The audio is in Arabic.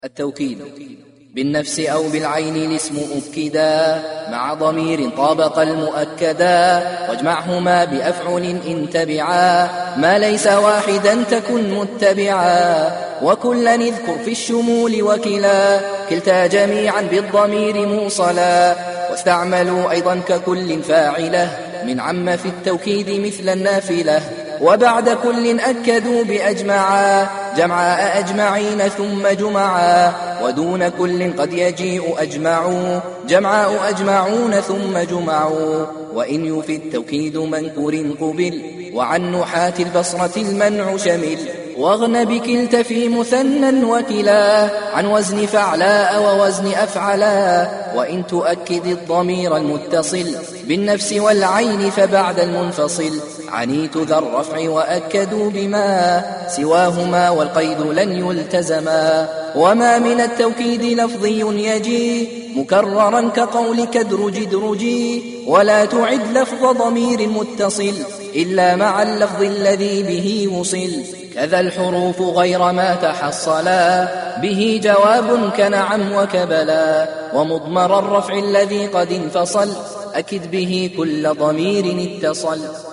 التوكيد بالنفس أو بالعين الاسم أكدا مع ضمير طابق المؤكدا، واجمعهما بأفعل إن تبعا ما ليس واحدا تكن متبعا، وكلا اذكر في الشمول وكلا كلتا جميعا بالضمير موصلا، واستعملوا أيضا ككل فاعله من عم في التوكيد مثل النافلة، وبعد كل أكدوا بأجمعا جمعاء أجمعين ثم جمعا، ودون كل قد يجيء أجمعوا جمعاء أجمعون ثم جمعوا، وإن يفي التوكيد منكر قبل وعن نحاة البصرة المنع شمل، واغن بكلت في مثنى وكلا عن وزن فعلاء ووزن أفعلا، وإن تؤكد الضمير المتصل بالنفس والعين فبعد المنفصل عنيت ذا الرفع وأكدوا بما سواهما والقيد لن يلتزما، وما من التوكيد لفظي يجي مكررا كقولك ادرج ادرجي، ولا تعد لفظ ضمير متصل إلا مع اللفظ الذي به وصل، كذا الحروف غير ما تحصلا به جواب كنعم وكبلا، ومضمر الرفع الذي قد انفصل أكد به كل ضمير اتصل.